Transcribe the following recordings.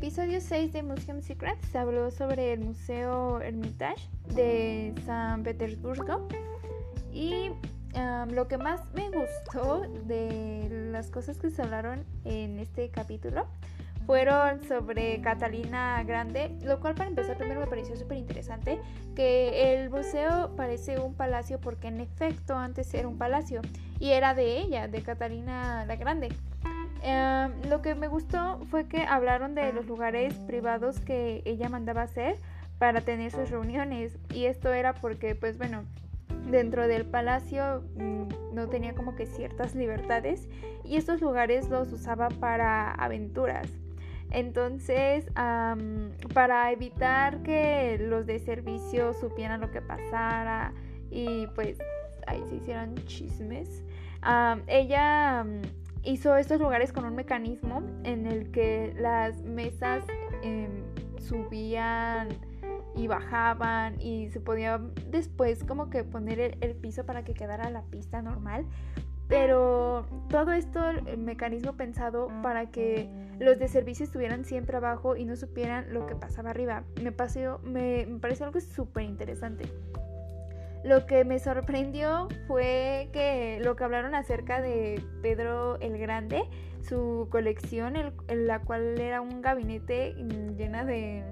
episodio 6 de Museum Secrets se habló sobre el Museo Hermitage de San Petersburgo y lo que más me gustó de las cosas que se hablaron en este capítulo fueron sobre Catalina Grande, lo cual para empezar primero me pareció súper interesante que el museo parece un palacio porque en efecto antes era un palacio y era de ella, de Catalina la Grande. Lo que me gustó fue que hablaron de los lugares privados que ella mandaba hacer para tener sus reuniones, y esto era porque pues bueno, dentro del palacio no tenía como que ciertas libertades y estos lugares los usaba para aventuras. Entonces, para evitar que los de servicio supieran lo que pasara y pues ahí se hicieran chismes, ella hizo estos lugares con un mecanismo en el que las mesas subían y bajaban y se podía después como que poner el piso para que quedara la pista normal, pero todo esto el mecanismo pensado para que los de servicio estuvieran siempre abajo y no supieran lo que pasaba arriba. Me pareció algo súper interesante. Lo que me sorprendió fue que lo que hablaron acerca de Pedro el Grande, su colección, en la cual era un gabinete llena de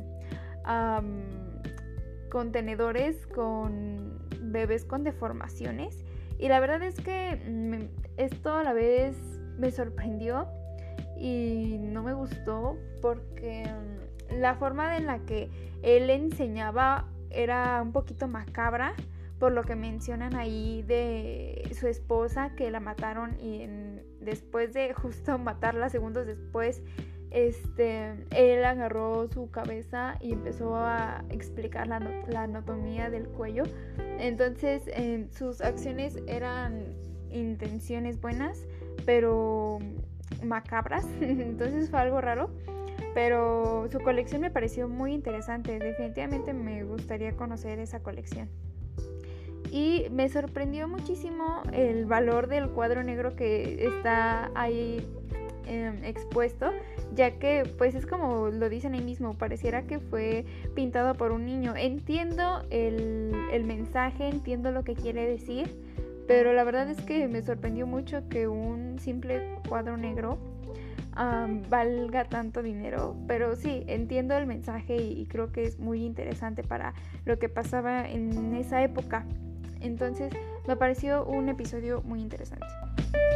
contenedores con bebés con deformaciones. Y la verdad es que esto a la vez me sorprendió y no me gustó porque la forma en la que él enseñaba era un poquito macabra, por lo que mencionan ahí de su esposa que la mataron y después de justo matarla segundos después, él agarró su cabeza y empezó a explicar la anatomía del cuello. Entonces sus acciones eran intenciones buenas pero macabras, entonces fue algo raro, pero su colección me pareció muy interesante. Definitivamente me gustaría conocer esa colección. Y me sorprendió muchísimo el valor del cuadro negro que está ahí expuesto, ya que pues es como lo dicen ahí mismo, pareciera que fue pintado por un niño. Entiendo el mensaje, entiendo lo que quiere decir, pero la verdad es que me sorprendió mucho que un simple cuadro negro valga tanto dinero, pero sí, entiendo el mensaje y creo que es muy interesante para lo que pasaba en esa época. Entonces me pareció un episodio muy interesante.